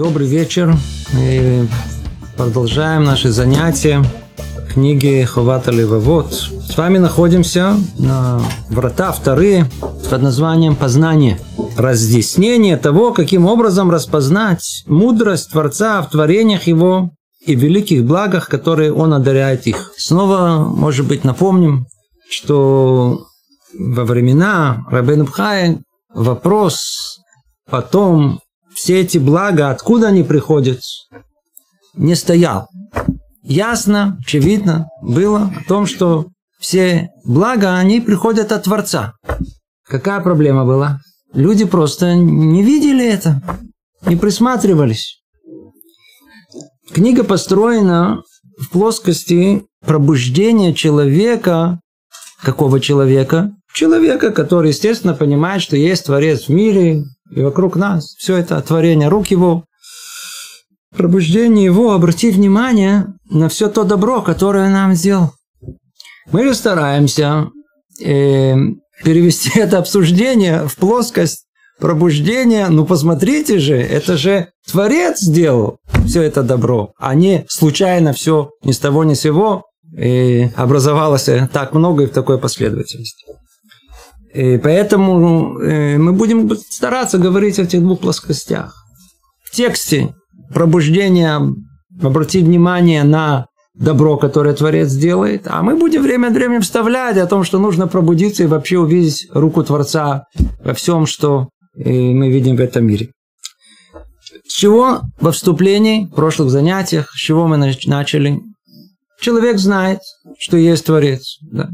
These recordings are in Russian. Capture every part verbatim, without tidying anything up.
Добрый вечер. Мы продолжаем наши занятия книги Ховат Левавот. С вами находимся на врата вторые под названием «Познание». Разъяснение того, каким образом распознать мудрость Творца в творениях Его и великих благах, которые Он одаряет их. Снова, может быть, напомним, что во времена Рабейну Бхая вопрос о том, все эти блага, откуда они приходят, не стоял. Ясно, очевидно было о том, что все блага, они приходят от Творца. Какая проблема была? Люди просто не видели это, не присматривались. Книга построена в плоскости пробуждения человека. Какого человека? Человека, который, естественно, понимает, что есть Творец в мире и вокруг нас. Все это творение рук Его. Пробуждение Его, обратить внимание на все то добро, которое нам сделал. Мы же стараемся э, перевести это обсуждение в плоскость пробуждения. Ну, посмотрите же, это же Творец сделал все это добро, а не случайно все ни с того ни с сего и образовалось так много и в такой последовательности. И поэтому э, мы будем стараться говорить о этих двух плоскостях. В тексте пробуждения обратить внимание на добро, которое Творец делает, а мы будем время от времени вставлять о том, что нужно пробудиться и вообще увидеть руку Творца во всем, что мы видим в этом мире. С чего во вступлении, в прошлых занятиях, с чего мы начали? Человек знает, что есть Творец, да.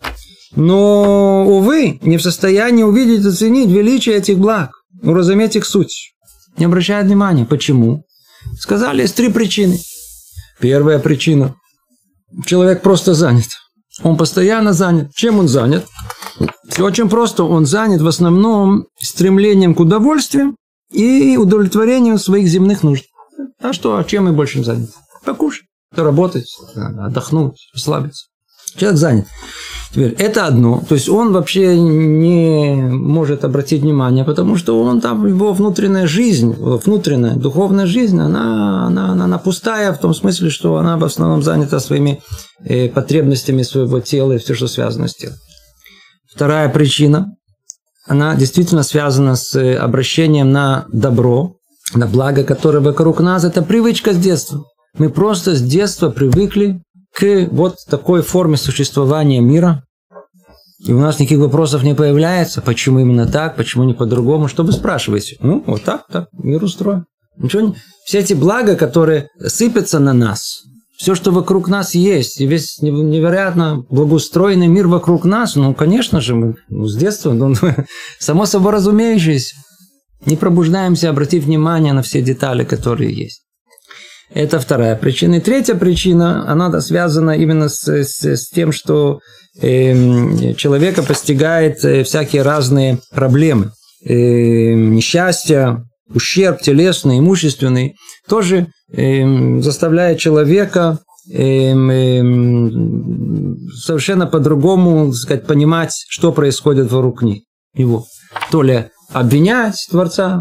Но, увы, не в состоянии увидеть и оценить величие этих благ, уразуметь их суть. Не обращает внимания. Почему? Сказали, есть три причины. Первая причина. Человек просто занят. Он постоянно занят. Чем он занят? Все очень просто. Он занят в основном стремлением к удовольствию и удовлетворению своих земных нужд. А что? Чем мы больше заняты? Покушать, работать, отдохнуть, расслабиться. Человек занят. Теперь, это одно. То есть, он вообще не может обратить внимание, потому что он там, его внутренняя жизнь, внутренняя духовная жизнь, она, она, она, она пустая в том смысле, что она в основном занята своими э, потребностями своего тела и все, что связано с телом. Вторая причина, она действительно связана с обращением на добро, на благо, которое вокруг нас. Это привычка с детства. Мы просто с детства привыкли к вот такой форме существования мира. И у нас никаких вопросов не появляется. Почему именно так? Почему не по-другому? Что вы спрашиваете? Ну, вот так, так, мир устроен. Ничего не... Все эти блага, которые сыпятся на нас, все, что вокруг нас есть, и весь невероятно благоустроенный мир вокруг нас, ну, конечно же, мы ну, с детства, ну, само собой разумеющееся, не пробуждаемся, обратив внимание на все детали, которые есть. Это вторая причина. И третья причина, она связана именно с, с, с тем, что э, человека постигает э, всякие разные проблемы. Э, несчастья, ущерб телесный, имущественный, тоже э, заставляет человека э, э, совершенно по-другому, так сказать, понимать, что происходит вокруг него. То ли обвинять Творца,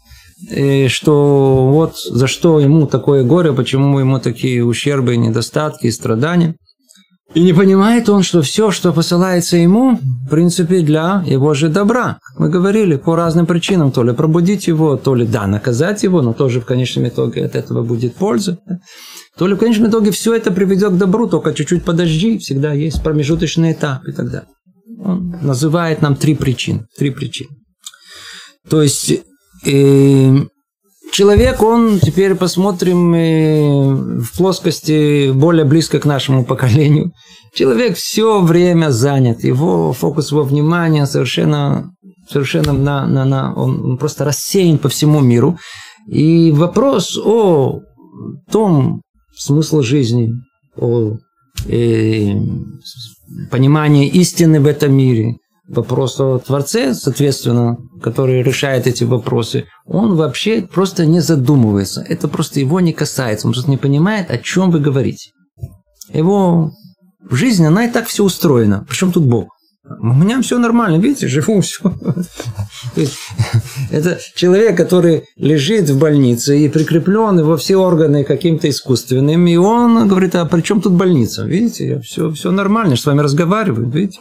что вот за что ему такое горе, почему ему такие ущербы, недостатки и страдания. И не понимает он, что все, что посылается ему, в принципе, для его же добра. Мы говорили по разным причинам, то ли пробудить его, то ли, да, наказать его, но тоже в конечном итоге от этого будет польза. То ли в конечном итоге все это приведет к добру, только чуть-чуть подожди, всегда есть промежуточный этап и так далее. Он называет нам три причины. Три причины. То есть, И человек, он, теперь посмотрим в плоскости более близко к нашему поколению. Человек все время занят, его фокус его внимания совершенно, совершенно на, на, на, он просто рассеян по всему миру. И вопрос о том смысле жизни, о э, понимании истины в этом мире, вопрос о Творце, соответственно, который решает эти вопросы, он вообще просто не задумывается. Это просто его не касается. Он просто не понимает, о чем вы говорите. Его жизнь, она и так все устроена. Причем тут Бог? У меня все нормально, видите, живу, все. То есть, Это человек, который лежит в больнице и прикреплен во все органы каким-то искусственным, и он говорит, а при чем тут больница? Видите, все, все нормально, я с вами разговариваю, видите?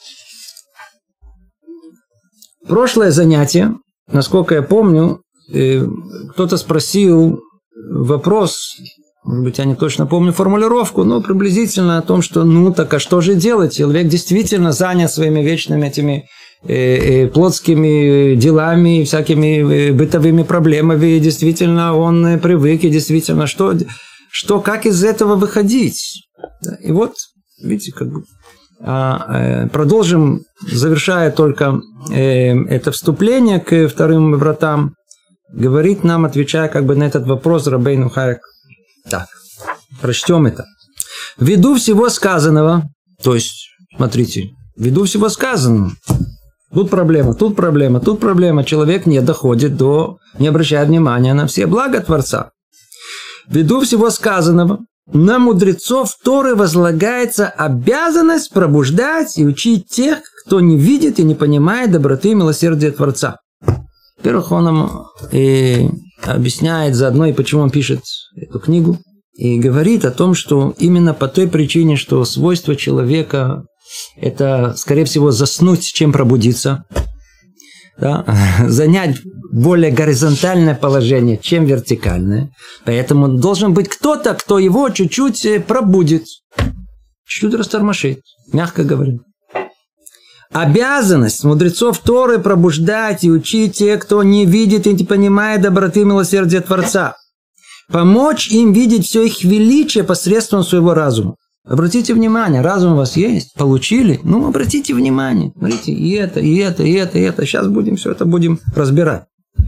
Прошлое занятие, насколько я помню, кто-то спросил вопрос, может быть, я не точно помню формулировку, но приблизительно о том, что ну так а что же делать? Человек действительно занят своими вечными этими э, э, плотскими делами, всякими бытовыми проблемами, и действительно он привык, и действительно что, что как из этого выходить? И вот, видите, как бы а, э, продолжим, завершая только э, это вступление к вторым вратам, говорит нам, отвечая как бы на этот вопрос Рабейну Хаyak. Так, прочтем это. Ввиду всего сказанного, то есть, смотрите, ввиду всего сказанного, тут проблема, тут проблема, тут проблема, человек не доходит до, не обращает внимания на все блага Творца. Ввиду всего сказанного, на мудрецов Торы возлагается обязанность пробуждать и учить тех, кто не видит и не понимает доброты и милосердия Творца. Во-первых, он нам и объясняет заодно, и почему он пишет эту книгу, и говорит о том, что именно по той причине, что свойство человека – это, скорее всего, заснуть, чем пробудиться, да? Занять более горизонтальное положение, чем вертикальное. Поэтому должен быть кто-то, кто его чуть-чуть пробудит, чуть-чуть растормошит, мягко говоря. Обязанность мудрецов Торы пробуждать и учить тех, кто не видит и не понимает доброты и милосердия Творца. Помочь им видеть все их величие посредством своего разума. Обратите внимание, разум у вас есть, получили? Ну, обратите внимание. Смотрите, и это, и это, и это, и это. Сейчас будем все это будем разбирать.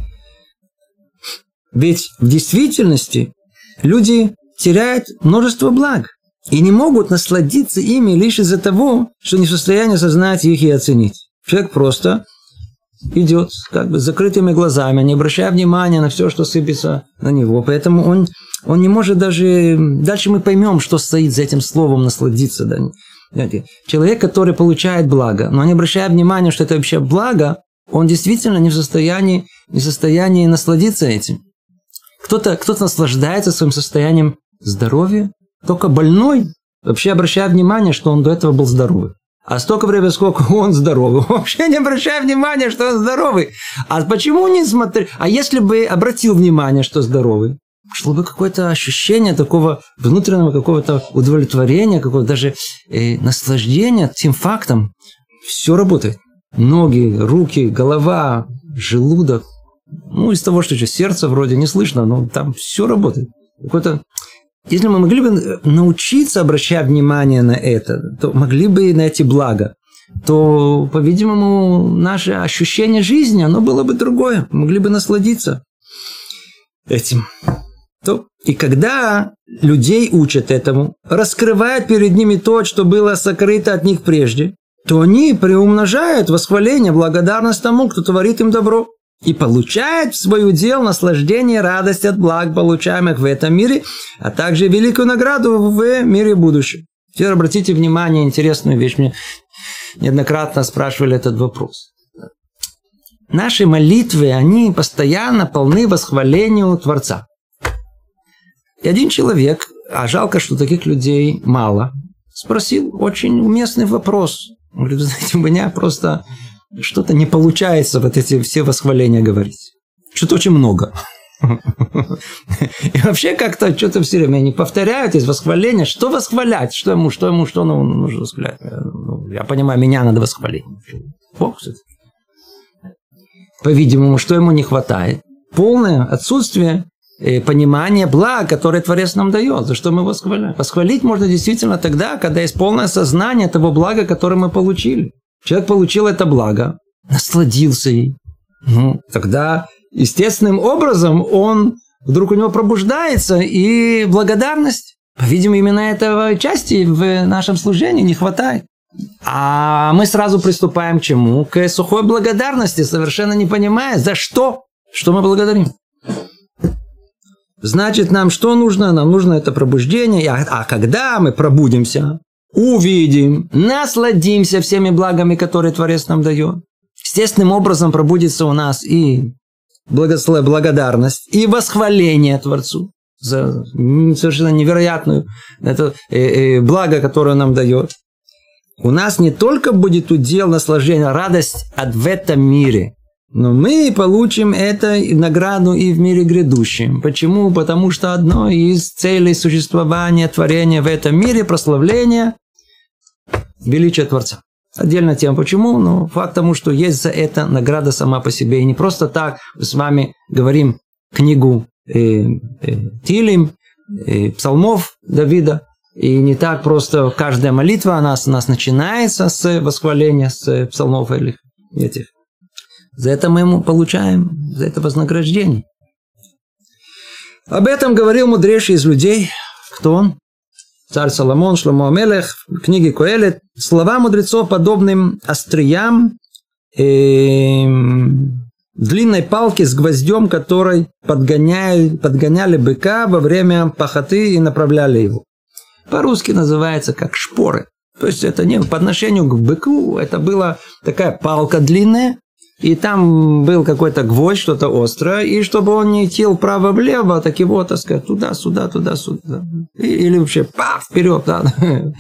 Ведь в действительности люди теряют множество благ. И не могут насладиться ими лишь из-за того, что не в состоянии осознать их и оценить. Человек просто идет как бы с закрытыми глазами, не обращая внимания на все, что сыпется на него. Поэтому он, он не может даже... Дальше мы поймем, что стоит за этим словом «насладиться». Да? Человек, который получает благо, но не обращая внимания, что это вообще благо, он действительно не в состоянии, не в состоянии насладиться этим. Кто-то, кто-то наслаждается своим состоянием здоровья, только больной вообще обращая внимание, что он до этого был здоровый. А столько времени, сколько он здоровый, вообще не обращая внимания, что он здоровый. А почему не смотри? А если бы обратил внимание, что здоровый, шло бы какое-то ощущение такого внутреннего какого-то удовлетворения, какого-то даже э, наслаждения тем фактом. Все работает. Ноги, руки, голова, желудок. Ну, из того, что сердце вроде не слышно, но там все работает. Какой-то... Если мы могли бы научиться обращать внимание на это, то могли бы на эти блага, то, по-видимому, наше ощущение жизни, оно было бы другое. Мы могли бы насладиться этим. То, и когда людей учат этому, раскрывают перед ними то, что было сокрыто от них прежде, то они приумножают восхваление, благодарность тому, кто творит им добро. И получает в свое дело наслаждение и радость от благ, получаемых в этом мире, а также великую награду в мире будущем. Теперь обратите внимание, интересную вещь. Мне неоднократно спрашивали этот вопрос. Наши молитвы, они постоянно полны восхвалению Творца. И один человек, а жалко, что таких людей мало, спросил очень уместный вопрос. Он говорит, вы знаете, у меня просто... Что-то не получается вот эти все восхваления говорить. Что-то очень много. И вообще как-то что-то все время не повторяют из восхваления. Что восхвалять? Что ему, что ему, что ну, нужно восхвалять? Ну, я понимаю, меня надо восхвалить. Бог, по-видимому, что ему не хватает? Полное отсутствие понимания блага, которое Творец нам дает. За что мы восхваляем? Восхвалить можно действительно тогда, когда есть полное сознание того блага, которое мы получили. Человек получил это благо, насладился ей. Ну, тогда естественным образом он вдруг у него пробуждается и благодарность. По-видимому, именно этого части в нашем служении не хватает. А мы сразу приступаем к чему? К сухой благодарности, совершенно не понимая, за что, что мы благодарим. Значит, нам что нужно? Нам нужно это пробуждение. А когда мы пробудимся, увидим, насладимся всеми благами, которые Творец нам дает, естественным образом пробудится у нас и благодарность, и восхваление Творцу за совершенно невероятную это, э, э, благо, которое он нам дает. У нас не только будет удел, наслаждение, радость от в этом мире, но мы получим это награду и в мире грядущем. Почему? Потому что одно из целей существования творения в этом мире – прославление величия Творца. Отдельная тема, почему? Но факт тому, что есть за это награда сама по себе. И не просто так мы с вами говорим книгу э, э, Тилим, э, псалмов Давида. И не так просто каждая молитва у нас, у нас начинается с восхваления, с псалмов этих. За это мы ему получаем, за это вознаграждение. Об этом говорил мудрейший из людей. Кто он? Царь Соломон, Шломо Амелех, в книге Коэлет. Слова мудрецов подобным остриям э, длинной палки с гвоздем, которой подгоняли, подгоняли быка во время пахоты и направляли его. По-русски называется как шпоры. То есть это не по отношению к быку, это была такая палка длинная, и там был какой-то гвоздь, что-то острое, и чтобы он не идти вправо-влево, так его, так сказать, туда-сюда, туда-сюда. Или вообще, пах, вперед. Да.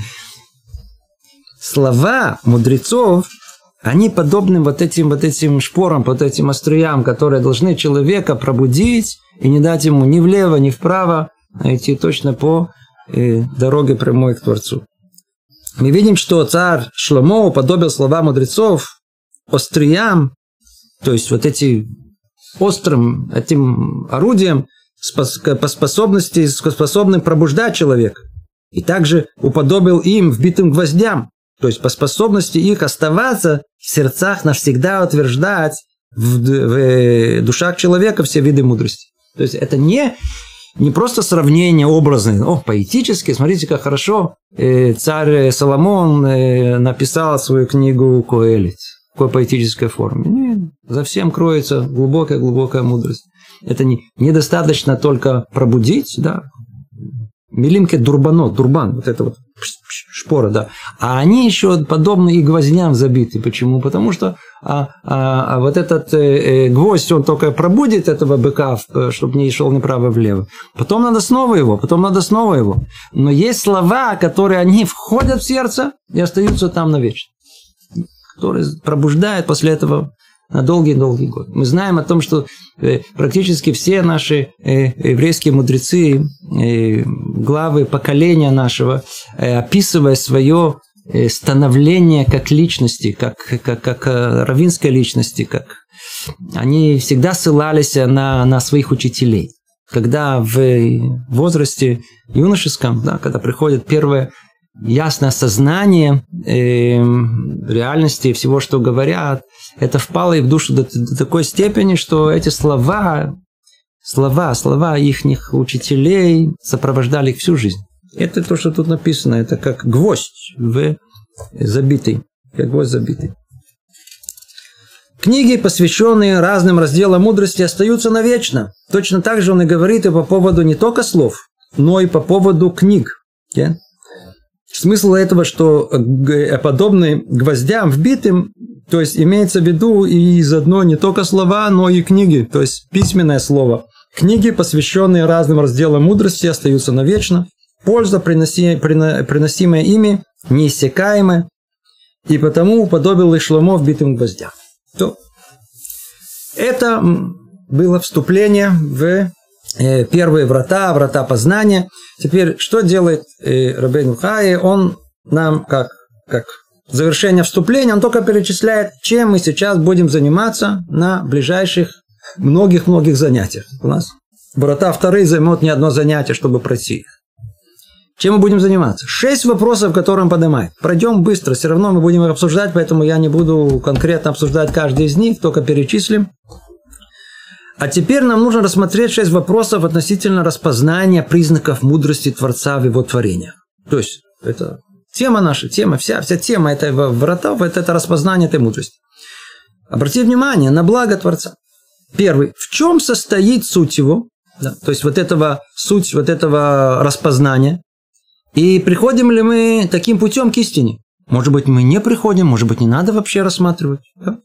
Слова мудрецов, они подобны вот этим, вот этим шпорам, вот этим остриям, которые должны человека пробудить и не дать ему ни влево, ни вправо, а идти точно по э, дороге прямой к Творцу. Мы видим, что царь Шломо уподобил слова мудрецов остриям, то есть вот эти острым этим орудием по способности, способным пробуждать человека. И также уподобил им вбитым гвоздям, то есть по способности их оставаться в сердцах навсегда утверждать в, в душах человека все виды мудрости. То есть это не, не просто сравнение образное, о, поэтически, смотрите, как хорошо э, царь Соломон э, написал свою книгу Коэлет. В такой поэтической форме. Нет, за всем кроется глубокая-глубокая мудрость. Это не, недостаточно только пробудить, да, милимке дурбанот, дурбан, вот это вот шпора, да. А они еще подобны и гвоздям забиты. Почему? Потому что а, а, а вот этот э, гвоздь, он только пробудит этого быка, чтобы не шел ни право-влево. Потом надо снова его, потом надо снова его. Но есть слова, которые они входят в сердце и остаются там навечно, который пробуждает после этого на долгий-долгий год. Мы знаем о том, что практически все наши еврейские мудрецы, главы поколения нашего, описывая свое становление как личности, как, как, как раввинской личности, как они всегда ссылались на, на своих учителей. Когда в возрасте юношеском, да, когда приходит первое ясное осознание э, реальности и всего, что говорят, это впало и в душу до, до такой степени, что эти слова, слова, слова ихних учителей сопровождали их всю жизнь. Это то, что тут написано, это как гвоздь в забитый, как гвоздь забитый. Книги, посвященные разным разделам мудрости, остаются навечно. Точно так же он и говорит и по поводу не только слов, но и по поводу книг. Yeah? Смысл этого, что подобные гвоздям вбитым, то есть имеется в виду и заодно не только слова, но и книги, то есть письменное слово. Книги, посвященные разным разделам мудрости, остаются навечно. Польза, приносимая ими, неиссякаемая, и потому уподобил их Шломо вбитым гвоздям. То это было вступление в первые врата, врата познания. Теперь, что делает э, Рабейну Хай? Он нам, как, как завершение вступления, он только перечисляет, чем мы сейчас будем заниматься на ближайших многих-многих занятиях. У нас врата вторые займут не одно занятие, чтобы пройти их. Чем мы будем заниматься? Шесть вопросов, которые он поднимает. Пройдем быстро, все равно мы будем их обсуждать, поэтому я не буду конкретно обсуждать каждый из них, только перечислим. А теперь нам нужно рассмотреть шесть вопросов относительно распознания признаков мудрости Творца в его творениях. То есть, это тема наша, тема, вся, вся тема этого врата, это, это распознание этой мудрости. Обратите внимание на благо Творца. Первый. В чем состоит суть его? Да, то есть, вот этого, суть вот этого распознания. И приходим ли мы таким путем к истине? Может быть, мы не приходим, может быть, не надо вообще рассматривать. Да?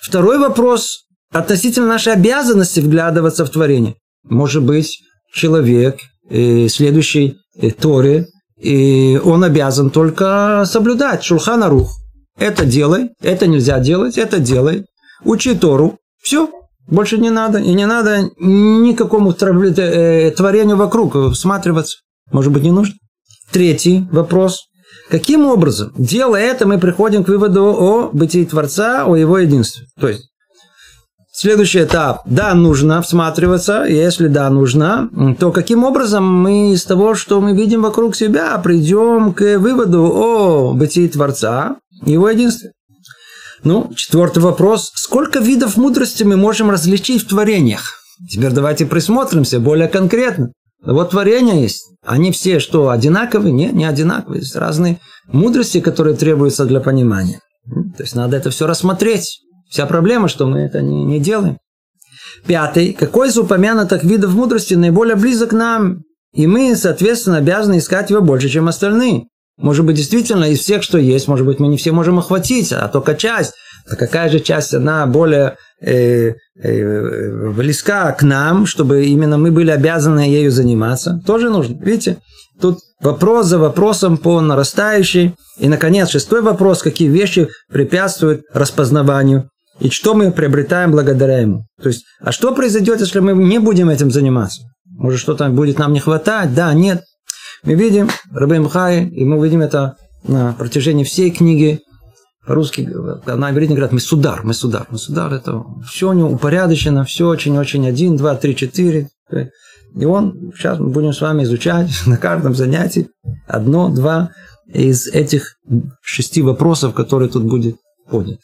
Второй вопрос относительно нашей обязанности вглядываться в творение. Может быть, человек, э, следующий э, Торе, и он обязан только соблюдать Шулхан Арух. Это делай, это нельзя делать, это делай. Учи Тору. Все, больше не надо. И не надо никакому творению вокруг всматриваться. Может быть, не нужно. Третий вопрос. Каким образом, делая это, мы приходим к выводу о бытии Творца, о его единстве? То есть, следующий этап. Да, нужно всматриваться. Если да, нужно, то каким образом мы из того, что мы видим вокруг себя, придем к выводу о бытии Творца, его единстве? Ну, четвертый вопрос. Сколько видов мудрости мы можем различить в творениях? Теперь давайте присмотримся более конкретно. Вот творения есть. Они все что, одинаковые? Нет, не одинаковые. Есть разные мудрости, которые требуются для понимания. То есть, надо это все рассмотреть. Вся проблема, что мы это не, не делаем. Пятый. Какой из упомянутых видов мудрости наиболее близок к нам? И мы, соответственно, обязаны искать его больше, чем остальные. Может быть, действительно, из всех, что есть, может быть, мы не все можем охватить, а только часть. А какая же часть, она более э, э, близка к нам, чтобы именно мы были обязаны ею заниматься? Тоже нужно. Видите, тут вопрос за вопросом по нарастающей. И, наконец, шестой вопрос. Какие вещи препятствуют распознаванию? И что мы приобретаем благодаря ему? То есть, а что произойдет, если мы не будем этим заниматься? Может, что-то будет нам не хватать? Да, нет. Мы видим Рабейну Хай, и мы видим это на протяжении всей книги. По-русски, на иврите говорят «месудар», «месудар». «Месудар» – это все у него упорядочено, все очень-очень один, два, три, четыре. И он, сейчас мы будем с вами изучать на каждом занятии одно, два из этих шести вопросов, которые тут будет подняты.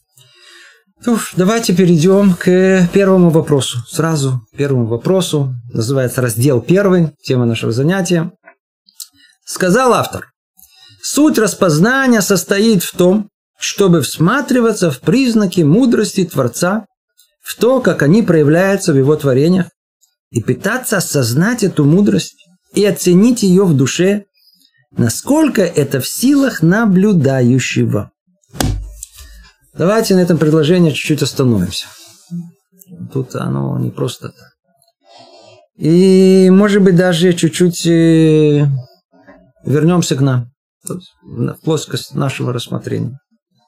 Ну, давайте перейдем к первому вопросу. Сразу к первому вопросу. Называется раздел первый, тема нашего занятия. Сказал автор: суть распознания состоит в том, чтобы всматриваться в признаки мудрости Творца, в то, как они проявляются в его творениях, и пытаться осознать эту мудрость и оценить ее в душе, насколько это в силах наблюдающего. Давайте на этом предложении чуть-чуть остановимся. Тут оно не просто так. И, может быть, даже чуть-чуть вернемся к нам, в плоскость нашего рассмотрения.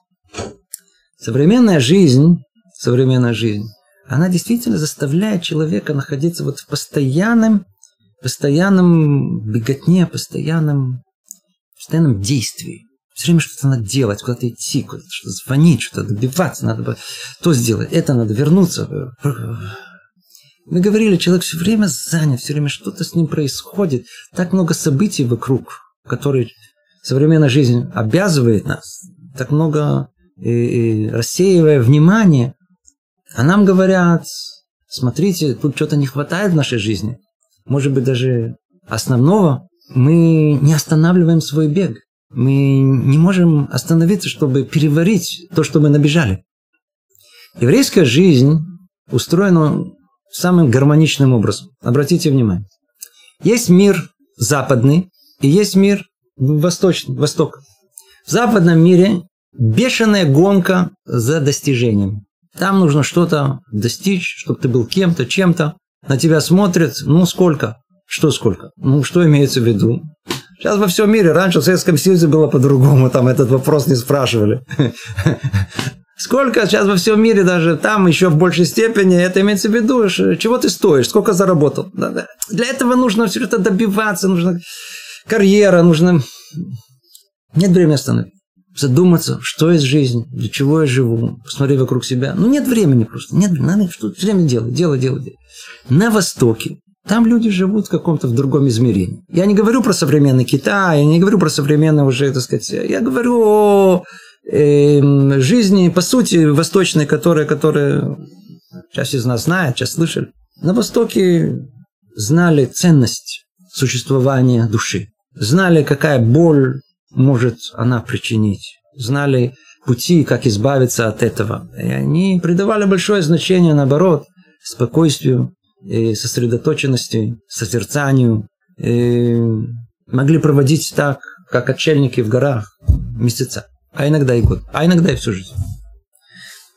Современная жизнь, современная жизнь, она действительно заставляет человека находиться вот в постоянном, постоянном беготне, постоянном, постоянном действии. Все время что-то надо делать, куда-то идти, куда-то что-то звонить, что-то добиваться, надо то сделать, это надо вернуться. Мы говорили, человек все время занят, все время что-то с ним происходит. Так много событий вокруг, которые современная жизнь обязывает нас, так много и, и рассеивая внимание. А нам говорят: смотрите, тут что-то не хватает в нашей жизни. Может быть, даже основного. Мы не останавливаем свой бег. Мы не можем остановиться, чтобы переварить то, что мы набежали. Еврейская жизнь устроена самым гармоничным образом. Обратите внимание. Есть мир западный и есть мир восточный, восток. В западном мире бешеная гонка за достижением. Там нужно что-то достичь, чтобы ты был кем-то, чем-то. На тебя смотрят, ну сколько? Что сколько? Ну что имеется в виду? Сейчас во всем мире, раньше в Советском Союзе было по-другому, там этот вопрос не спрашивали. Сколько сейчас во всем мире, даже там еще в большей степени, это имеется в виду, чего ты стоишь, сколько заработал. Для этого нужно все это добиваться, нужна карьера, нужно... Нет времени остановить. Задуматься, что есть жизнь, для чего я живу, посмотреть вокруг себя. Ну, нет времени просто. Нет, надо что-то время делать, делать, делать. На Востоке там люди живут в каком-то в другом измерении. Я не говорю про современный Китай, я не говорю про современный уже, так сказать, я говорю о э, жизни, по сути, восточной, которая, которая часть из нас знает, часть слышали. На Востоке знали ценность существования души, знали, какая боль может она причинить, знали пути, как избавиться от этого. И они придавали большое значение, наоборот, спокойствию, и сосредоточенности, созерцанию. И могли проводить так, как отшельники в горах, месяца, а иногда и год, а иногда и всю жизнь.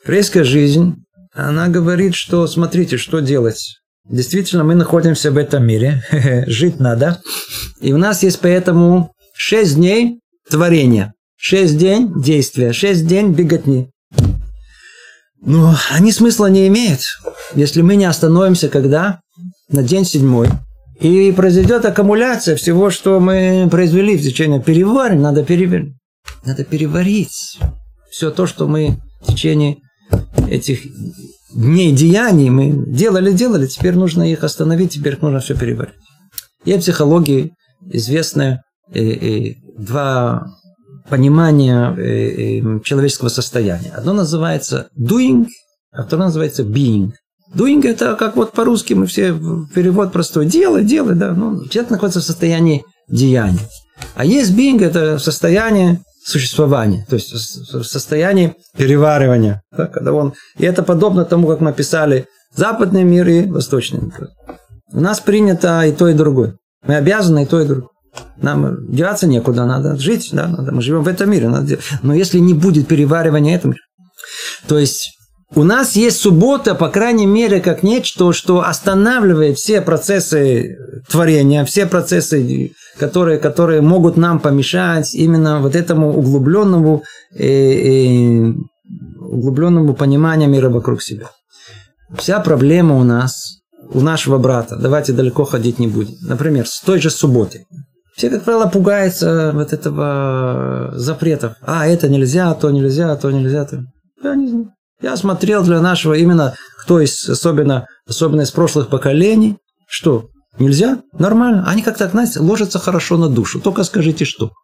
Еврейская жизнь, она говорит, что смотрите, что делать. Действительно, мы находимся в этом мире, жить надо. И у нас есть поэтому шесть дней творения, шесть дней действия, шесть дней беготни. Но они смысла не имеют, если мы не остановимся, когда? На день седьмой. И произойдет аккумуляция всего, что мы произвели в течение переваривания. Надо переварить. Надо переварить все то, что мы в течение этих дней деяний мы делали-делали. Теперь нужно их остановить, теперь нужно все переварить. Есть в психологии известные э, э, два понимания э, э, человеческого состояния. Одно называется doing, а второе называется being. Doing – это как вот по-русски мы все перевод простой. Делай, делай, да. Ну, человек находится в состоянии деяния. А есть being – это состояние существования, то есть в состоянии переваривания. Да, когда он... И это подобно тому, как мы писали западный мир и восточный мир. У нас принято и то, и другое. Мы обязаны и то, и другое. Нам деваться некуда, надо жить, да, надо. Мы живем в этом мире. Надо... Но если не будет переваривания этого, то есть у нас есть суббота, по крайней мере, как нечто, что останавливает все процессы творения, все процессы, которые, которые могут нам помешать именно вот этому углубленному, э, э, углубленному пониманию мира вокруг себя. Вся проблема у нас, у нашего брата, давайте далеко ходить не будем, например, с той же субботой. Все, как правило, пугаются вот этого запретов. А, это нельзя, то нельзя, то нельзя. То... Я не знаю. Я смотрел для нашего именно, кто из, особенно, особенно из прошлых поколений, что нельзя, нормально. Они как-то, знаете, ложатся хорошо на душу. Только скажите, что.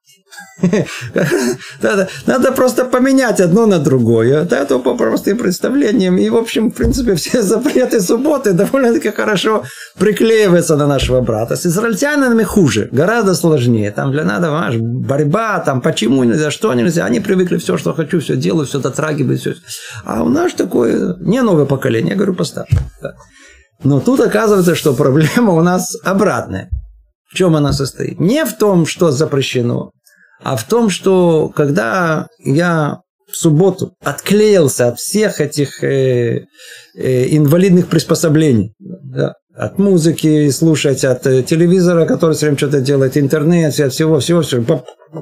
Надо, надо просто поменять одно на другое. Да, то по простым представлениям. И, в общем, в принципе, все запреты субботы довольно-таки хорошо приклеиваются на нашего брата. С израильтянами хуже, гораздо сложнее. Там для надо, знаешь, борьба, там почему нельзя, что нельзя. Они привыкли все, что хочу, все делаю, все дотрагиваю, все. А у нас такое не новое поколение, я говорю постарше. Да. Но тут оказывается, что проблема у нас обратная. В чем она состоит? Не в том, что запрещено, а в том, что когда я в субботу отклеился от всех этих э, э, инвалидных приспособлений, да, от музыки слушать, от э, телевизора, который все время что-то делает, интернет, от всего, всего, всего.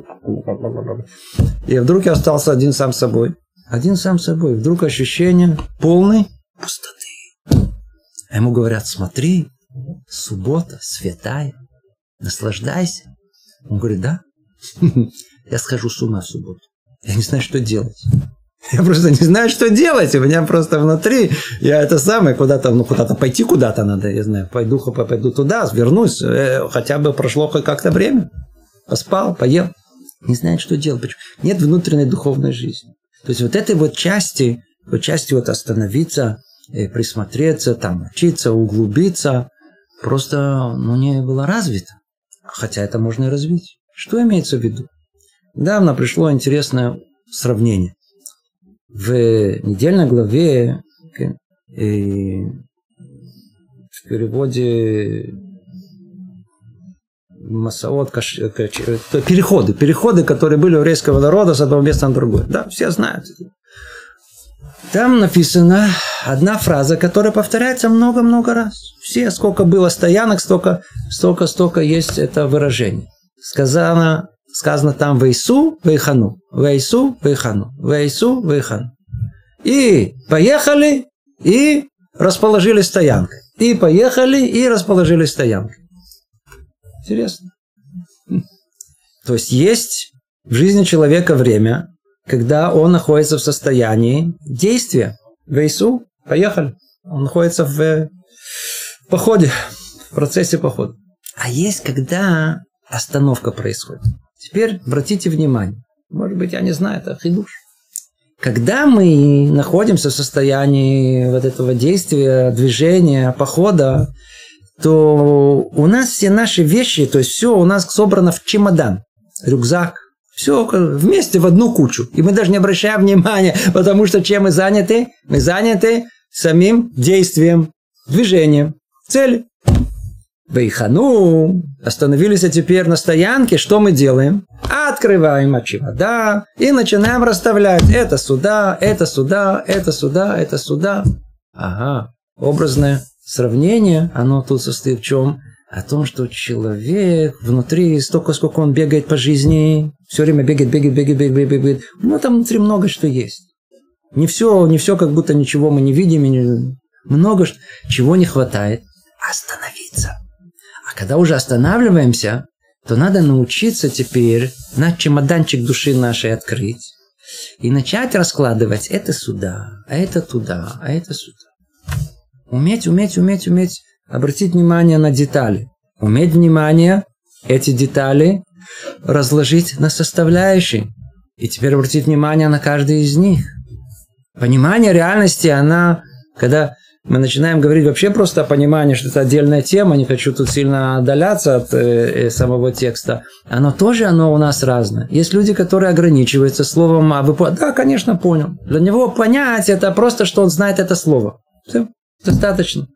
И вдруг я остался один сам с собой. Один сам с собой. Вдруг ощущение полной пустоты. А ему говорят, смотри, суббота святая, наслаждайся. Он говорит, да. Я схожу с ума в субботу. Я не знаю, что делать. Я просто не знаю, что делать. У меня просто внутри, я это самое, куда-то, ну, куда-то пойти куда-то надо, я знаю. Пойду, пойду туда, вернусь. Хотя бы прошло хоть как-то время. Поспал, поел. Не знаю, что делать. Почему? Нет внутренней духовной жизни. То есть, вот этой вот части, вот части вот остановиться, присмотреться, там, учиться, углубиться, просто, ну, не было развито. Хотя это можно и развить. Что имеется в виду? Недавно пришло интересное сравнение. В недельной главе, в переводе Масаот, переходы, переходы, которые были у еврейского народа с одного места на другое. Да, все знают. Там написана одна фраза, которая повторяется много-много раз. Все, сколько было стоянок, столько, столько, столько есть это выражение. Сказано, сказано там «Вейсу, вейхану», «Вейсу, вейхану», «Вейсу, вейхану». И поехали, и расположили стоянкой. И поехали, и расположили стоянкой. Интересно. То есть, есть в жизни человека время, когда он находится в состоянии действия. «Вейсу», поехали. Он находится в походе, в процессе похода. А есть, когда остановка происходит. Теперь обратите внимание. Может быть, я не знаю, это хидуш. Когда мы находимся в состоянии вот этого действия, движения, похода, то у нас все наши вещи, то есть все у нас собрано в чемодан, рюкзак, все вместе в одну кучу. И мы даже не обращаем внимания, потому что чем мы заняты? Мы заняты самим действием, движением, цели. Вейхану, остановились а теперь на стоянке, что мы делаем? Открываем ачивада и начинаем расставлять. Это сюда, это сюда, это сюда, это сюда. Ага, образное сравнение, оно тут состоит в чем? О том, что человек внутри, столько, сколько он бегает по жизни, все время бегает, бегает, бегает, бегает, бегает. Ну, там внутри много что есть. Не все, не все, как будто ничего мы не видим, и не... много чего не хватает. Остановиться. А когда уже останавливаемся, то надо научиться теперь наш чемоданчик души нашей открыть и начать раскладывать это сюда, а это туда, а это сюда. Уметь, уметь, уметь, уметь обратить внимание на детали. Уметь внимание, эти детали разложить на составляющие. И теперь обратить внимание на каждый из них. Понимание реальности, она, когда мы начинаем говорить вообще просто о понимании, что это отдельная тема, не хочу тут сильно отдаляться от э, самого текста, оно тоже оно у нас разное. Есть люди, которые ограничиваются словом, а вы да, конечно, понял. Для него понять это просто, что он знает это слово. Все, достаточно.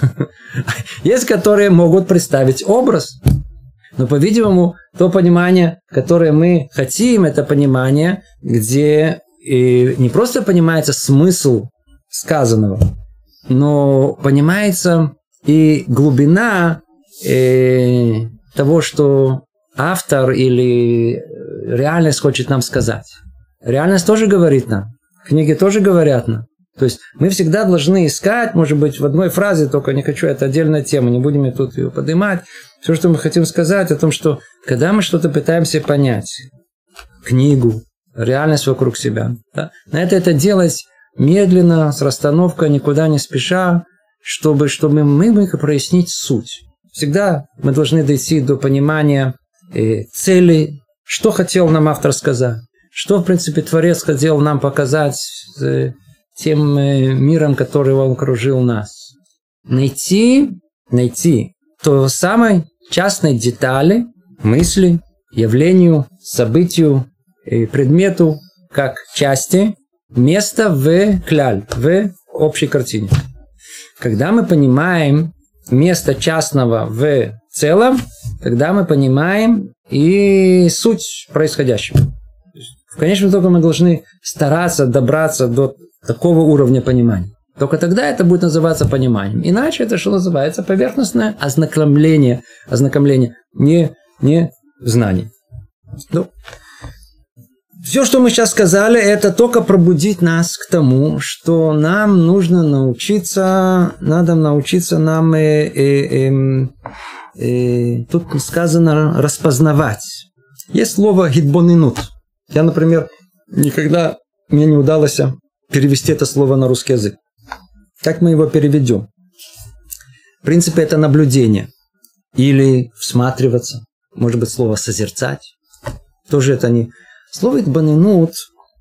Есть, которые могут представить образ. Но, по-видимому, то понимание, которое мы хотим, это понимание, где и не просто понимается смысл сказанного, но понимается и глубина э, того, что автор или реальность хочет нам сказать. Реальность тоже говорит нам. Книги тоже говорят нам. То есть мы всегда должны искать, может быть, в одной фразе, только не хочу, это отдельная тема, не будем тут ее поднимать. Все, что мы хотим сказать о том, что когда мы что-то пытаемся понять, книгу, реальность вокруг себя, да, надо это делать медленно, с расстановкой, никуда не спеша, чтобы, чтобы мы могли прояснить суть. Всегда мы должны дойти до понимания э, цели, что хотел нам автор сказать, что, в принципе, Творец хотел нам показать э, тем э, миром, который он окружил нас. Найти, найти то самой частной детали, мысли, явлению, событию, э, предмету, как части, место в кляль, в общей картине. Когда мы понимаем место частного в целом, тогда мы понимаем и суть происходящего. В конечном итоге мы должны стараться добраться до такого уровня понимания. Только тогда это будет называться пониманием. Иначе это что называется поверхностное ознакомление, ознакомление, не, не знание. Ну, все, что мы сейчас сказали, это только пробудить нас к тому, что нам нужно научиться, надо научиться нам, э, э, э, э, тут сказано распознавать. Есть слово «гидбонинут». Я, например, никогда мне не удалось перевести это слово на русский язык. Как мы его переведем? В принципе, это наблюдение. Или всматриваться. Может быть, слово «созерцать». Тоже это не... Слово «идбанинут»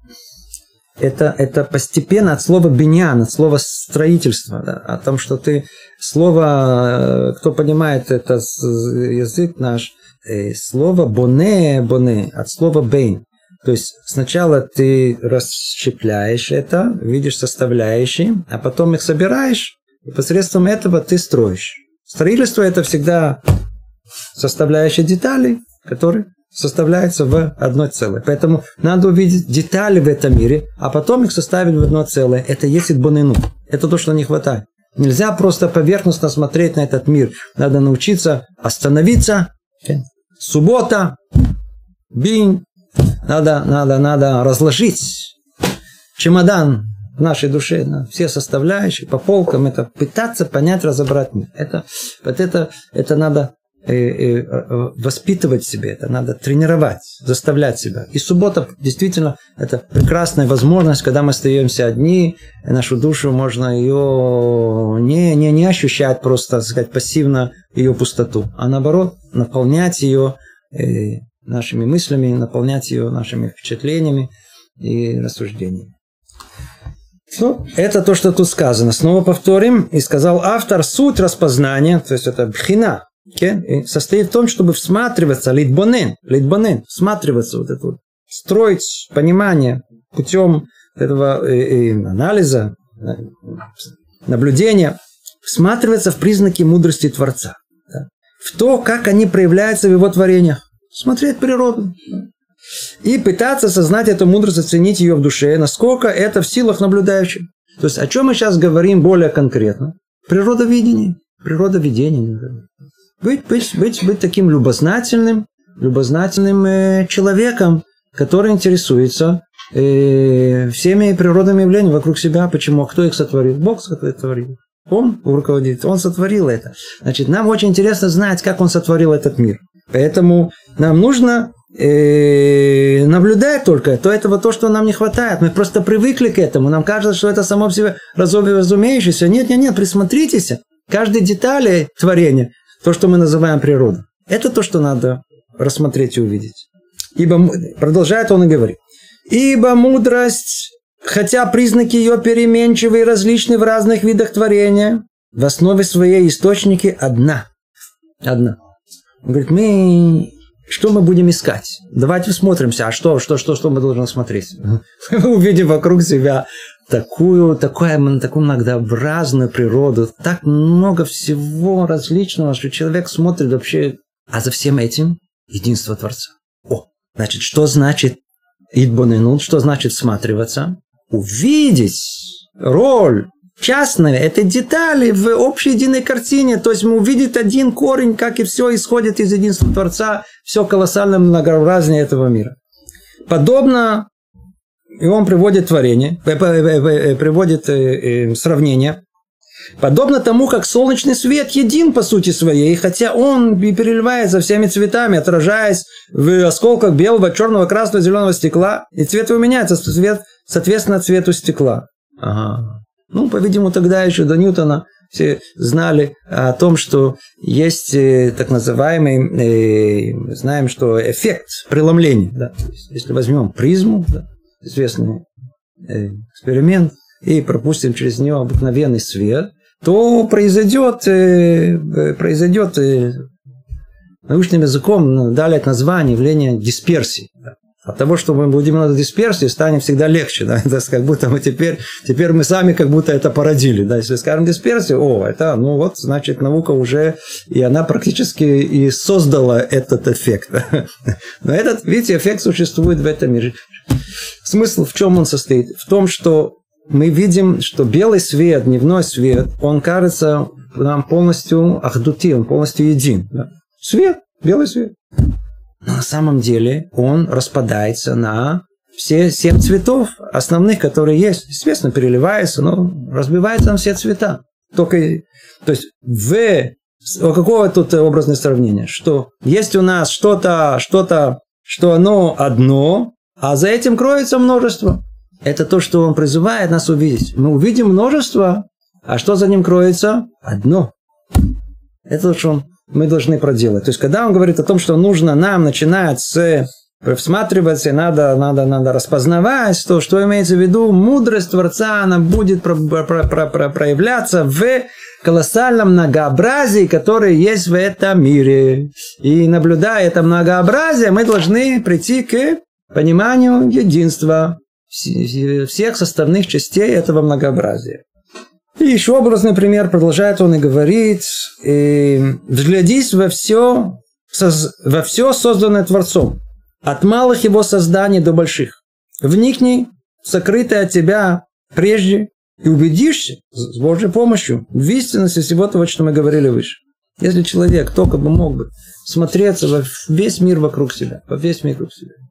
это, это постепенно от слова «биньян», от слова «строительство». Да, о том, что ты... Слово, кто понимает это язык наш, слово «боне», «боне» от слова «бейн». То есть сначала ты расщепляешь это, видишь составляющие, а потом их собираешь, и посредством этого ты строишь. Строительство – это всегда составляющие детали, которые составляются в одно целое. Поэтому надо увидеть детали в этом мире, а потом их составить в одно целое. Это есть идбонину. Это то, что не хватает. Нельзя просто поверхностно смотреть на этот мир. Надо научиться остановиться. Суббота, бинь. Надо, надо, надо разложить чемодан в нашей душе на все составляющие по полкам. Это пытаться понять, разобрать мир. Это, вот это, это надо э, э, воспитывать в себе, это надо тренировать, заставлять себя. И суббота действительно это прекрасная возможность, когда мы остаемся одни, нашу душу можно ее не, не, не ощущать просто, так сказать, пассивно ее пустоту, а наоборот наполнять ее э, нашими мыслями, наполнять ее нашими впечатлениями и рассуждениями. Ну, это то, что тут сказано. Снова повторим. И сказал автор, суть распознания, то есть это бхина, okay, состоит в том, чтобы всматриваться, литбонен, литбонен, всматриваться, вот это вот, строить понимание путем этого э, э, анализа, наблюдения, всматриваться в признаки мудрости Творца. Да? в то, как они проявляются в его творениях. Смотреть природу. И пытаться осознать эту мудрость, оценить ее в душе, насколько это в силах наблюдающих. То есть, о чем мы сейчас говорим более конкретно? Природовидение. Природоведение. Быть, быть, быть, быть таким любознательным, любознательным э, человеком, который интересуется э, всеми природными явлениями вокруг себя. Почему? Кто их сотворил? Бог сотворил. Он руководит, он сотворил это. Значит, нам очень интересно знать, как он сотворил этот мир. Поэтому нам нужно э, наблюдать только то этого, то, что нам не хватает. Мы просто привыкли к этому. Нам кажется, что это само по себе разумеющееся. Нет, нет, нет, присмотритесь. Каждой детали творения, то, что мы называем природой, это то, что надо рассмотреть и увидеть. Ибо, продолжает он и говорит, ибо мудрость, хотя признаки ее переменчивы и различны в разных видах творения, в основе своей источники одна. Одна. Он говорит, мы... Что мы будем искать? Давайте всмотримся. А что, что, что, что мы должны смотреть? Мы увидим вокруг себя такую, такую, такую многообразную природу, так много всего различного, что человек смотрит вообще... А за всем этим единство Творца. О, значит, что значит идбоненут? Что значит всматриваться? Увидеть роль частные, это детали в общей единой картине. То есть мы увидим один корень, как и все исходит из единства Творца, все колоссальное многообразие этого мира. Подобно, и он приводит творение, приводит сравнение, подобно тому, как солнечный свет един по сути своей, хотя он и переливается всеми цветами, отражаясь в осколках белого, черного, красного, зеленого стекла, и цвет его меняется, цвет, соответственно, цвету стекла. Ага. Ну, по-видимому, тогда еще до Ньютона все знали о том, что есть так называемый, э, знаем, что эффект преломления. Да? Если возьмем призму, да, известный э, эксперимент, и пропустим через нее обыкновенный свет, то произойдет, э, произойдет э, научным языком дали это название явление дисперсии. Да? От того, что мы будем на дисперсии, станет всегда легче. Да? Это как будто мы теперь, теперь мы сами как будто это породили. Да? Если скажем дисперсию, о, это, ну вот, значит, наука уже, и она практически и создала этот эффект. Но этот, видите, эффект существует в этом мире. Смысл в чем он состоит? В том, что мы видим, что белый свет, дневной свет, он кажется нам полностью ахдути, он полностью един. Да? Свет, белый свет. Но на самом деле он распадается на все семь цветов основных, которые есть. Естественно, переливается, но разбивается на все цвета. Только, то есть, в... Какое тут образное сравнение? Что есть у нас что-то, что-то, что оно одно, а за этим кроется множество. Это то, что он призывает нас увидеть. Мы увидим множество, а что за ним кроется? Одно. Это то, что он... мы должны проделать. То есть, когда он говорит о том, что нужно нам начинать с всматриваться, надо, надо, надо распознавать, то, что имеется в виду, мудрость Творца, она будет про, про, про, про, проявляться в колоссальном многообразии, которое есть в этом мире. И наблюдая это многообразие, мы должны прийти к пониманию единства всех составных частей этого многообразия. И еще образный пример, продолжает он и говорит, э, «Взглядись во все, соз, во все созданное Творцом, от малых его созданий до больших. Вникни в сокрытое от тебя прежде и убедишься с Божьей помощью в истинности всего того, что мы говорили выше». Если человек только бы мог бы смотреться во весь мир вокруг себя, во весь мир вокруг себя.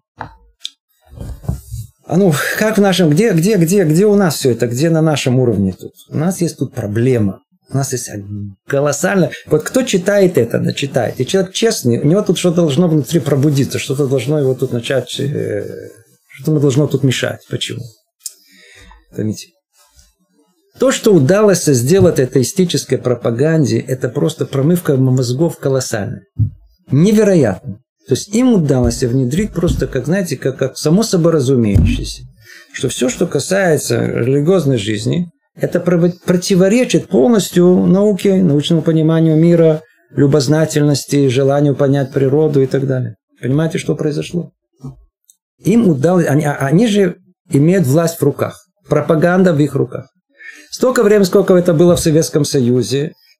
А ну, как в нашем, где, где, где, где у нас все это, где на нашем уровне тут? У нас есть тут проблема, у нас есть колоссально. Вот кто читает это, да, читает, и человек честный, у него тут что-то должно внутри пробудиться, что-то должно его тут начать, что-то должно тут мешать. Почему? Поймите. То, что удалось сделать атеистической пропаганде, это просто промывка мозгов колоссальная. Невероятно. То есть им удалось внедрить просто, как, знаете, как, как само собой разумеющееся, что все, что касается религиозной жизни, это противоречит полностью науке, научному пониманию мира, любознательности, желанию понять природу и так далее. Понимаете, что произошло? Им удалось, они, они же имеют власть в руках, пропаганда в их руках. Столько времени, сколько это было в Советском Союзе,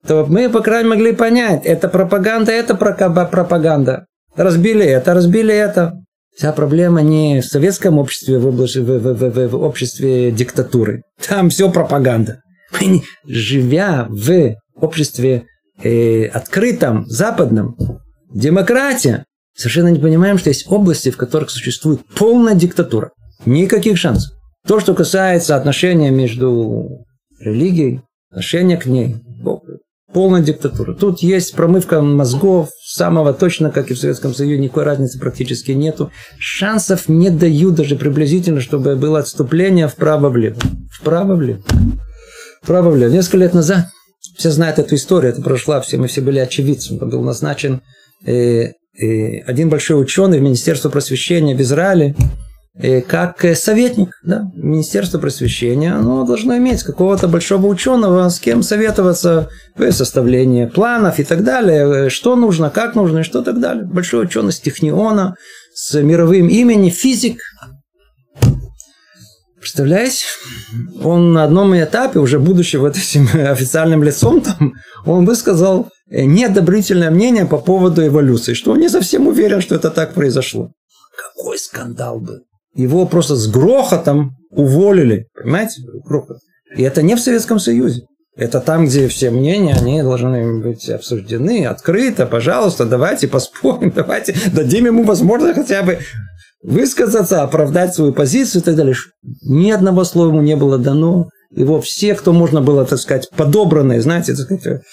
то мы, по крайней мере, могли понять, это пропаганда, это пропаганда. Разбили это, разбили это. Вся проблема не в советском обществе, в, области, в, в, в, в обществе диктатуры. Там все пропаганда. Мы, живя в обществе э, открытом, западном, демократия, совершенно не понимаем, что есть области, в которых существует полная диктатура. Никаких шансов. То, что касается отношения между религией, отношения к ней, полная диктатура. Тут есть промывка мозгов, самого точно, как и в Советском Союзе, никакой разницы практически нету. Шансов не дают даже приблизительно, чтобы было отступление вправо-влево. Вправо-влево. Вправо-влево. Несколько лет назад, все знают эту историю, это прошла, все, мы все были очевидцами, был назначен э, э, один большой ученый в Министерство просвещения в Израиле, как советник, да, Министерство просвещения, оно должно иметь какого-то большого ученого, с кем советоваться в составлении планов и так далее, что нужно, как нужно и что так далее. Большой ученый с Техниона, с мировым именем, физик. Представляете, он на одном этапе, уже будучи вот этим официальным лицом, там, он высказал неодобрительное мнение по поводу эволюции, что он не совсем уверен, что это так произошло. Какой скандал был. Его просто с грохотом уволили. Понимаете? Грохот. И это не в Советском Союзе. Это там, где все мнения, они должны быть обсуждены открыто. Пожалуйста, давайте поспорим, давайте дадим ему возможность хотя бы высказаться, оправдать свою позицию и так далее. Ни одного слова ему не было дано. Его все, кто можно было, так сказать, подобранные, знаете, так сказать,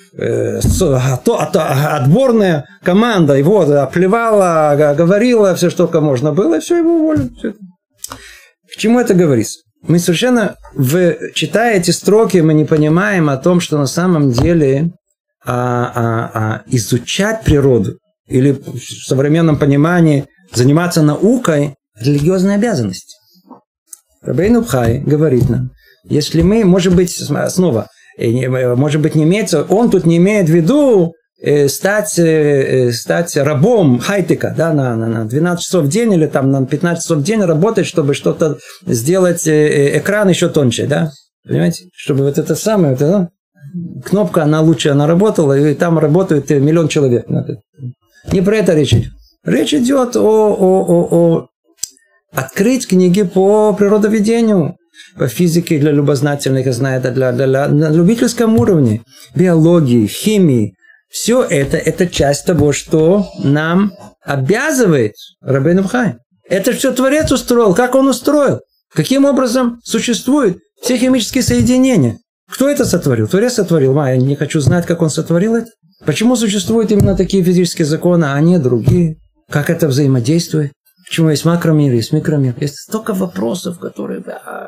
отборная команда его оплевала, говорила все, что только можно было, и все, его уволили. Все. К чему это говорится? Мы совершенно, в, читая эти строки, мы не понимаем о том, что на самом деле а, а, а, изучать природу или в современном понимании заниматься наукой – религиозная обязанность. Рабейну Бхай говорит нам, если мы, может быть, снова, может быть, не имеется, он тут не имеет в виду стать, стать рабом хай-тека, да, на, на двенадцать часов в день или там, на пятнадцать часов в день работать, чтобы что-то сделать, экран еще тоньше, да, понимаете, чтобы вот это самое, вот это, кнопка, она лучше, она работала, и там работает миллион человек. Не про это речь идет. Речь идет о, о, о, о открыть книги по природоведению, по физике для любознательных, знает, для, для, для, на любительском уровне, биологии, химии. Все это, это часть того, что нам обязывает Рабейну Бхай. Это все Творец устроил. Как он устроил? Каким образом существуют все химические соединения? Кто это сотворил? Творец сотворил. А, я не хочу знать, как он сотворил это. Почему существуют именно такие физические законы, а не другие? Как это взаимодействует? Почему есть макромир, есть микромир? Есть столько вопросов, которые...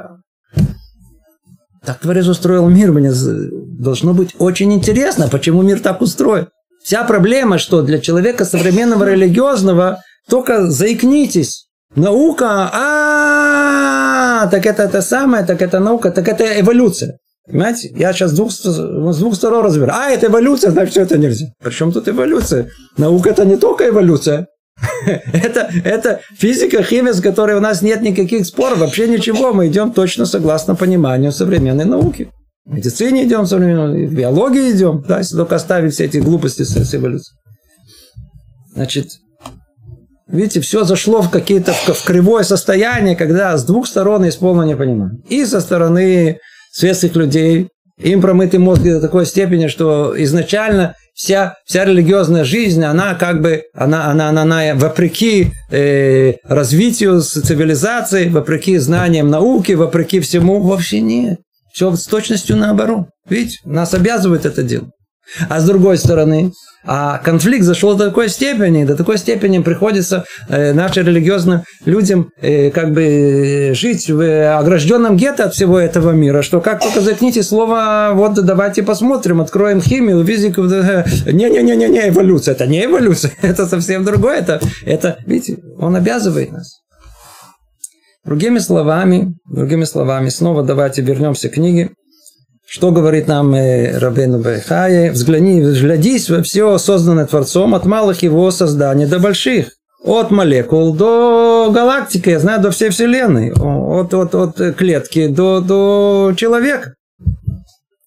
Так Творец устроил мир. Мне должно быть очень интересно, почему мир так устроен. Вся проблема, что для человека современного религиозного только заикнитесь. Наука, а так это это самое, так это наука, так это эволюция. Понимаете? Я сейчас с двух, с двух сторон разберу. А, это эволюция, значит, что это нельзя. Причем тут эволюция? Наука – это не только эволюция. это, это физика, химия, с которой у нас нет никаких споров. Вообще ничего. Мы идем точно согласно пониманию современной науки. В медицине идем, в биологии идем. Да, если только оставить все эти глупости с, с эволюцией. Значит, видите, все зашло в какие-то в кривое состояние, когда с двух сторон есть полное непонимание. И со стороны светских людей, им промыты мозги до такой степени, что изначально вся, вся религиозная жизнь, она как бы, она, она, она, она вопреки э, развитию цивилизации, вопреки знаниям науки, вопреки всему, вообще нет. Все с точностью наоборот. Видите, нас обязывает это делать. А с другой стороны, а конфликт зашел до такой степени, до такой степени приходится э, нашим религиозным людям э, как бы жить в огражденном гетто от всего этого мира, что как только заткните слово, вот давайте посмотрим, откроем химию, физику, не-не-не-не, эволюция, это не эволюция, это совсем другое, это, это, видите, он обязывает нас. Другими словами, другими словами, снова давайте вернемся к книге. Что говорит нам э, Рабейну Бхай? Взгляни, вглядись во все созданное Творцом, от малых его создания до больших. От молекул до галактики, я знаю, до всей Вселенной. От, от, от клетки до, до человека.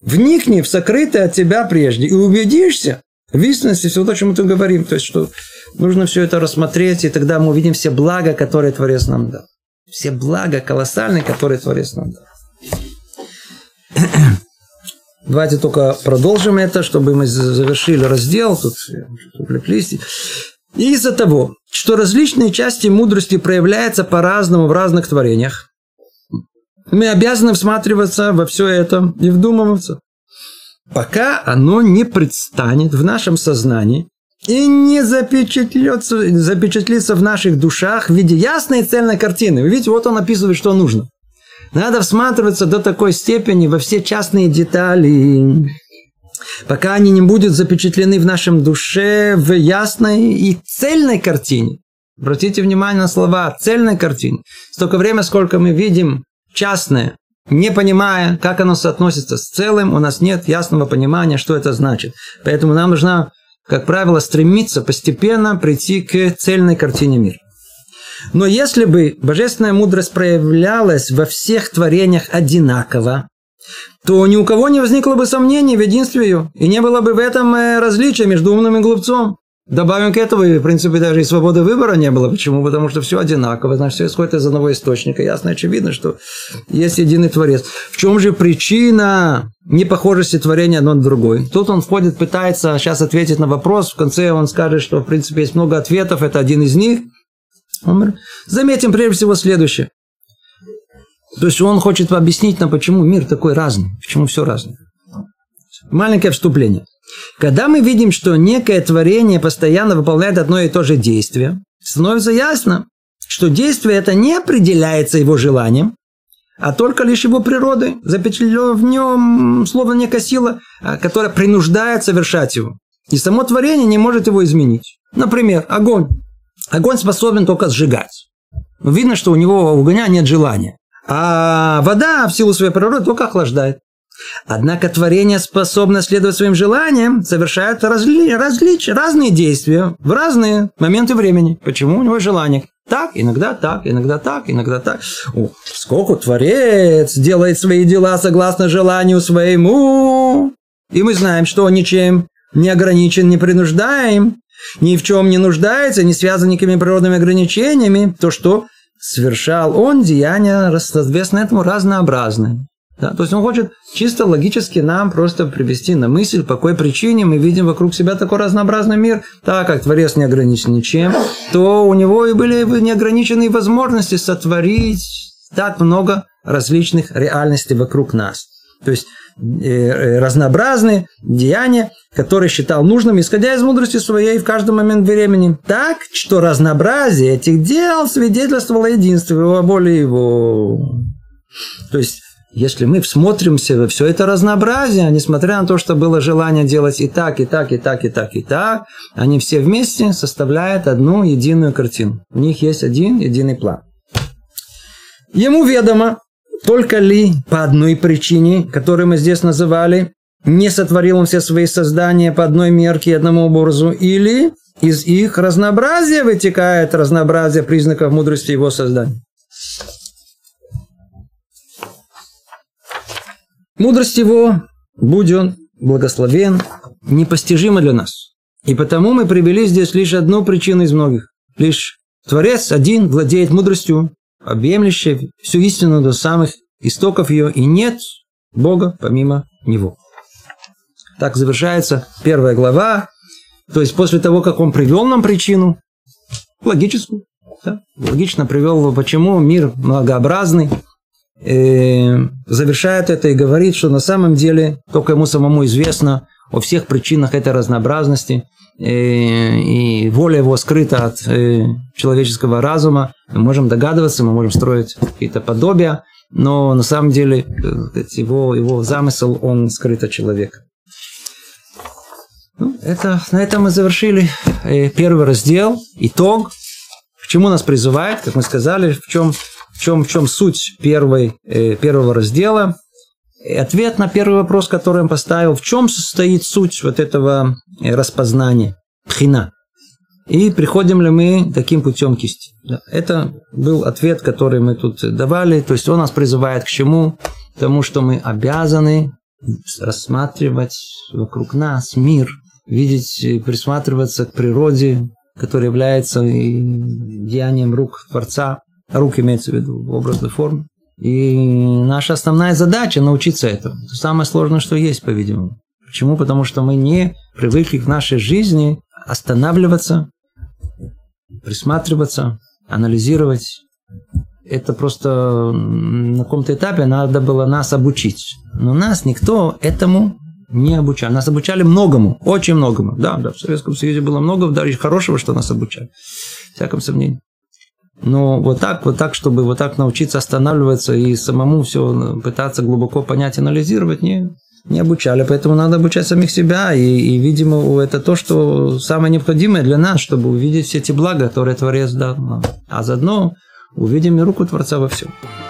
вникни в сокрытое от тебя прежде и убедишься в истинности всего того, о чем мы тут говорим. То есть, что нужно все это рассмотреть, и тогда мы увидим все блага, которые Творец нам дал. Все блага колоссальные, которые Творец нам дал. Давайте только продолжим это, чтобы мы завершили раздел. Тут увлеклись. И из-за того, что различные части мудрости проявляются по-разному в разных творениях, мы обязаны всматриваться во все это и вдумываться, пока оно не предстанет в нашем сознании и не запечатлется, запечатлится в наших душах в виде ясной и цельной картины. Вы видите, вот он описывает, что нужно. Надо всматриваться до такой степени во все частные детали, пока они не будут запечатлены в нашем душе в ясной и цельной картине. Обратите внимание на слова «цельной картине». Столько времени, сколько мы видим частное, не понимая, как оно соотносится с целым, у нас нет ясного понимания, что это значит. Поэтому нам нужно, как правило, стремиться постепенно прийти к цельной картине мира. Но если бы божественная мудрость проявлялась во всех творениях одинаково, то ни у кого не возникло бы сомнений в единстве ее, и не было бы в этом различия между умным и глупцом. Добавим к этому, и, в принципе, даже и свободы выбора не было. Почему? Потому что все одинаково, значит, все исходит из одного источника. Ясно и очевидно, что есть единый Творец. В чем же причина непохожести творения одно на другое? Тут он входит, пытается сейчас ответить на вопрос. В конце он скажет, что, в принципе, есть много ответов, это один из них. Заметим прежде всего следующее. То есть он хочет объяснить нам, почему мир такой разный, почему все разное. Маленькое вступление. Когда мы видим, что некое творение постоянно выполняет одно и то же действие, становится ясно, что действие это не определяется его желанием, а только лишь его природой, запечатлено в нем словно некая сила, которая принуждает совершать его. И само творение не может его изменить. Например, огонь. Огонь способен только сжигать. Видно, что у него у огня нет желания. А вода в силу своей природы только охлаждает. Однако творение способно следовать своим желаниям, совершает разли, различ, разные действия в разные моменты времени. Почему? У него желание. Так, иногда так, иногда так, иногда так. О, сколько Творец делает свои дела согласно желанию своему. И мы знаем, что он ничем не ограничен, не принуждаем, ни в чем не нуждается, не связан никакими природными ограничениями. То, что совершал он, деяния, соответственно, этому разнообразные. Да, то есть он хочет чисто логически нам просто привести на мысль, по какой причине мы видим вокруг себя такой разнообразный мир. Так как Творец не ограничен ничем, то у него и были неограниченные возможности сотворить так много различных реальностей вокруг нас. То есть э, разнообразные деяния, которые считал нужным, исходя из мудрости своей в каждый момент времени. Так, что разнообразие этих дел свидетельствовало единство его, воли его. То есть если мы всмотримся во все это разнообразие, несмотря на то, что было желание делать и так, и так, и так, и так, и так, они все вместе составляют одну единую картину. У них есть один единый план. Ему ведомо, только ли по одной причине, которую мы здесь называли, не сотворил он все свои создания по одной мерке и одному образу, или из их разнообразия вытекает разнообразие признаков мудрости его создания. Мудрость его, будь он благословен, непостижима для нас. И потому мы привели здесь лишь одну причину из многих. Лишь Творец один владеет мудростью, объемлющей всю истину до самых истоков ее, и нет Бога помимо него. Так завершается первая глава. То есть после того, как он привел нам причину, логическую, да, логично привел, почему мир многообразный, завершает это и говорит, что на самом деле только ему самому известно о всех причинах этой разнообразности, и воля его скрыта от человеческого разума. Мы можем догадываться, мы можем строить какие-то подобия, но на самом деле его, его замысел, он скрыт от человека. Ну, это, на этом мы завершили первый раздел, итог. К чему нас призывает, как мы сказали, в чем, в чем, в чем суть первой, э, первого раздела. И ответ на первый вопрос, который он поставил, в чем состоит суть вот этого распознания, пхина. И приходим ли мы таким путем к истине. Да, это был ответ, который мы тут давали. То есть он нас призывает к чему? К тому, что мы обязаны рассматривать вокруг нас мир, видеть, присматриваться к природе, которая является деянием рук Творца. Рук имеется в виду в образной форме. И наша основная задача – научиться этому. Это самое сложное, что есть, по-видимому. Почему? Потому что мы не привыкли в нашей жизни останавливаться, присматриваться, анализировать. Это просто на каком-то этапе надо было нас обучить. Но нас никто этому не обучал. Нас обучали многому, очень многому. Да, да, в Советском Союзе было много даже хорошего, что нас обучали. В всяком сомнении. Но вот так, вот так, чтобы вот так научиться останавливаться и самому все пытаться глубоко понять, анализировать, не, не обучали. Поэтому надо обучать самих себя. И, и, видимо, это то, что самое необходимое для нас, чтобы увидеть все эти блага, которые Творец дал. А заодно увидим и руку Творца во всем.